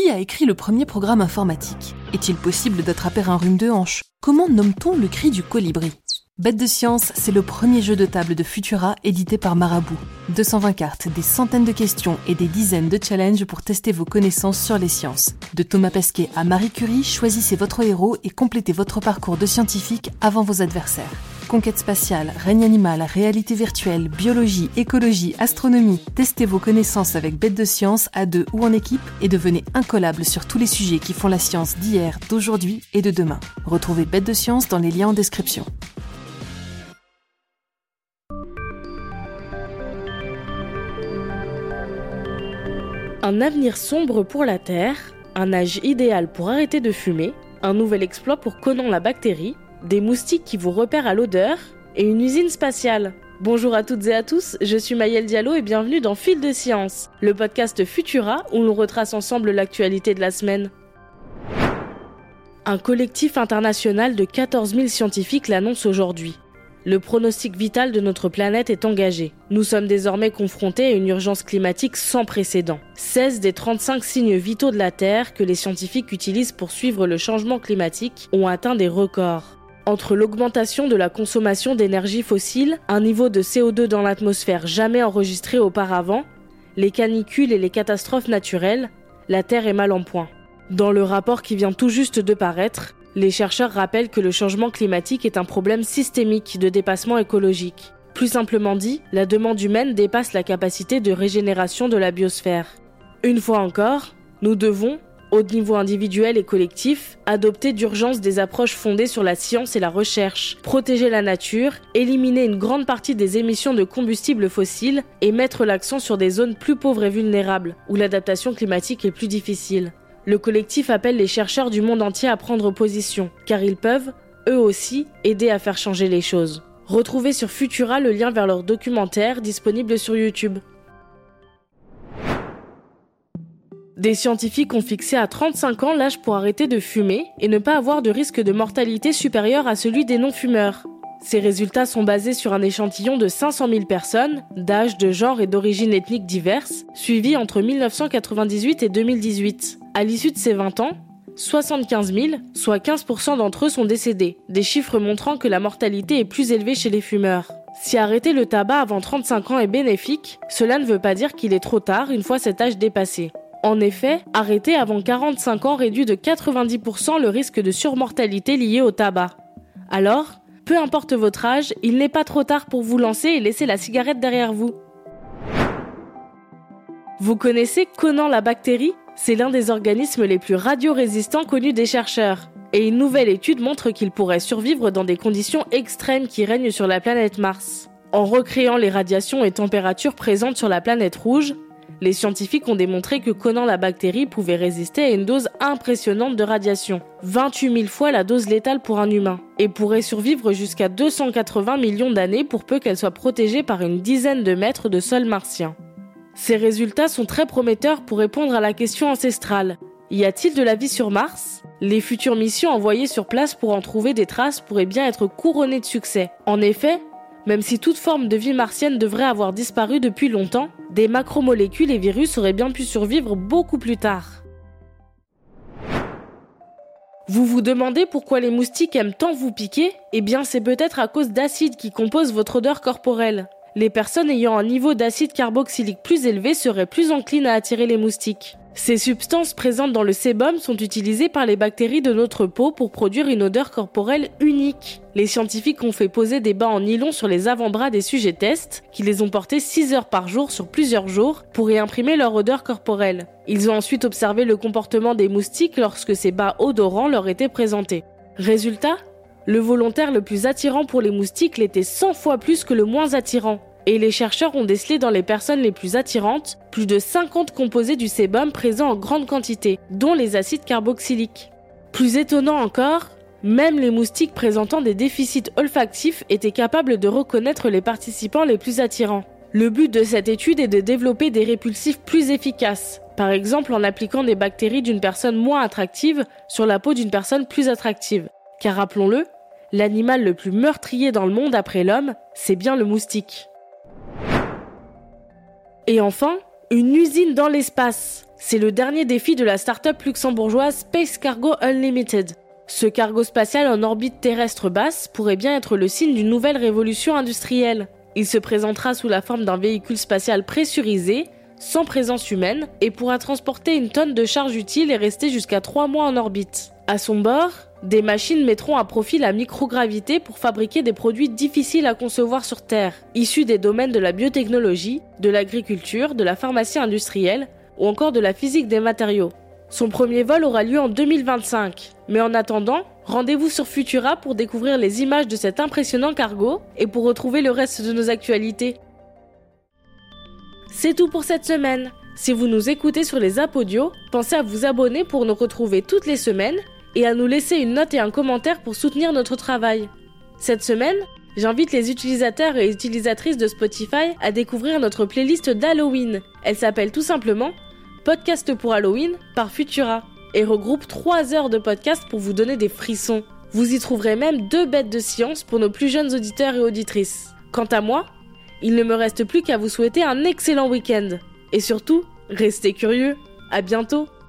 Qui a écrit le premier programme informatique ? Est-il possible d'attraper un rhume de hanche ? Comment nomme-t-on le cri du colibri ? Bête de science, c'est le premier jeu de table de Futura édité par Marabout. 220 cartes, des centaines de questions et des dizaines de challenges pour tester vos connaissances sur les sciences. De Thomas Pesquet à Marie Curie, choisissez votre héros et complétez votre parcours de scientifique avant vos adversaires. Conquête spatiale, règne animal, réalité virtuelle, biologie, écologie, astronomie. Testez vos connaissances avec Bête de science à deux ou en équipe et devenez incollable sur tous les sujets qui font la science d'hier, d'aujourd'hui et de demain. Retrouvez Bête de science dans les liens en description. Un avenir sombre pour la Terre, un âge idéal pour arrêter de fumer, un nouvel exploit pour Conan la bactérie, des moustiques qui vous repèrent à l'odeur et une usine spatiale. Bonjour à toutes et à tous, je suis Maëlle Diallo et bienvenue dans Fil de Science, le podcast Futura où l'on retrace ensemble l'actualité de la semaine. Un collectif international de 14 000 scientifiques l'annonce aujourd'hui. Le pronostic vital de notre planète est engagé. Nous sommes désormais confrontés à une urgence climatique sans précédent. 16 des 35 signes vitaux de la Terre que les scientifiques utilisent pour suivre le changement climatique ont atteint des records. Entre l'augmentation de la consommation d'énergie fossile, un niveau de CO2 dans l'atmosphère jamais enregistré auparavant, les canicules et les catastrophes naturelles, la Terre est mal en point. Dans le rapport qui vient tout juste de paraître, les chercheurs rappellent que le changement climatique est un problème systémique de dépassement écologique. Plus simplement dit, la demande humaine dépasse la capacité de régénération de la biosphère. Une fois encore, nous devons, au niveau individuel et collectif, adopter d'urgence des approches fondées sur la science et la recherche, protéger la nature, éliminer une grande partie des émissions de combustibles fossiles et mettre l'accent sur des zones plus pauvres et vulnérables, où l'adaptation climatique est plus difficile. Le collectif appelle les chercheurs du monde entier à prendre position, car ils peuvent, eux aussi, aider à faire changer les choses. Retrouvez sur Futura le lien vers leur documentaire disponible sur YouTube. Des scientifiques ont fixé à 35 ans l'âge pour arrêter de fumer et ne pas avoir de risque de mortalité supérieur à celui des non-fumeurs. Ces résultats sont basés sur un échantillon de 500 000 personnes, d'âge, de genre et d'origine ethnique diverses, suivis entre 1998 et 2018. À l'issue de ces 20 ans, 75 000, soit 15% d'entre eux sont décédés, des chiffres montrant que la mortalité est plus élevée chez les fumeurs. Si arrêter le tabac avant 35 ans est bénéfique, cela ne veut pas dire qu'il est trop tard une fois cet âge dépassé. En effet, arrêter avant 45 ans réduit de 90% le risque de surmortalité lié au tabac. Alors, peu importe votre âge, il n'est pas trop tard pour vous lancer et laisser la cigarette derrière vous. Vous connaissez Conan la bactérie ? C'est l'un des organismes les plus radiorésistants connus des chercheurs. Et une nouvelle étude montre qu'il pourrait survivre dans des conditions extrêmes qui règnent sur la planète Mars. En recréant les radiations et températures présentes sur la planète rouge, les scientifiques ont démontré que Conan la bactérie pouvait résister à une dose impressionnante de radiation, 28 000 fois la dose létale pour un humain, et pourrait survivre jusqu'à 280 millions d'années pour peu qu'elle soit protégée par une dizaine de mètres de sol martien. Ces résultats sont très prometteurs pour répondre à la question ancestrale. Y a-t-il de la vie sur Mars ? Les futures missions envoyées sur place pour en trouver des traces pourraient bien être couronnées de succès. En effet, même si toute forme de vie martienne devrait avoir disparu depuis longtemps, des macromolécules et virus auraient bien pu survivre beaucoup plus tard. Vous vous demandez pourquoi les moustiques aiment tant vous piquer ? Eh bien, c'est peut-être à cause d'acides qui composent votre odeur corporelle. Les personnes ayant un niveau d'acide carboxylique plus élevé seraient plus enclines à attirer les moustiques. Ces substances présentes dans le sébum sont utilisées par les bactéries de notre peau pour produire une odeur corporelle unique. Les scientifiques ont fait poser des bas en nylon sur les avant-bras des sujets tests, qui les ont portés 6 heures par jour sur plusieurs jours pour y imprimer leur odeur corporelle. Ils ont ensuite observé le comportement des moustiques lorsque ces bas odorants leur étaient présentés. Résultat, le volontaire le plus attirant pour les moustiques l'était 100 fois plus que le moins attirant. Et les chercheurs ont décelé dans les personnes les plus attirantes plus de 50 composés du sébum présents en grande quantité, dont les acides carboxyliques. Plus étonnant encore, même les moustiques présentant des déficits olfactifs étaient capables de reconnaître les participants les plus attirants. Le but de cette étude est de développer des répulsifs plus efficaces, par exemple en appliquant des bactéries d'une personne moins attractive sur la peau d'une personne plus attractive. Car rappelons-le, l'animal le plus meurtrier dans le monde après l'homme, c'est bien le moustique. Et enfin, Une usine dans l'espace. C'est le dernier défi de la start-up luxembourgeoise Space Cargo Unlimited. Ce cargo spatial en orbite terrestre basse pourrait bien être le signe d'une nouvelle révolution industrielle. Il se présentera sous la forme d'un véhicule spatial pressurisé, sans présence humaine, et pourra transporter une tonne de charge utile et rester jusqu'à 3 mois en orbite. À son bord, des machines mettront à profit la microgravité pour fabriquer des produits difficiles à concevoir sur Terre, issus des domaines de la biotechnologie, de l'agriculture, de la pharmacie industrielle ou encore de la physique des matériaux. Son premier vol aura lieu en 2025. Mais en attendant, rendez-vous sur Futura pour découvrir les images de cet impressionnant cargo et pour retrouver le reste de nos actualités. C'est tout pour cette semaine. Si vous nous écoutez sur les apps audio, pensez à vous abonner pour nous retrouver toutes les semaines et à nous laisser une note et un commentaire pour soutenir notre travail. Cette semaine, j'invite les utilisateurs et utilisatrices de Spotify à découvrir notre playlist d'Halloween. Elle s'appelle tout simplement Podcast pour Halloween par Futura et regroupe 3 heures de podcast pour vous donner des frissons. Vous y trouverez même 2 bêtes de science pour nos plus jeunes auditeurs et auditrices. Quant à moi, il ne me reste plus qu'à vous souhaiter un excellent week-end. Et surtout, restez curieux. À bientôt.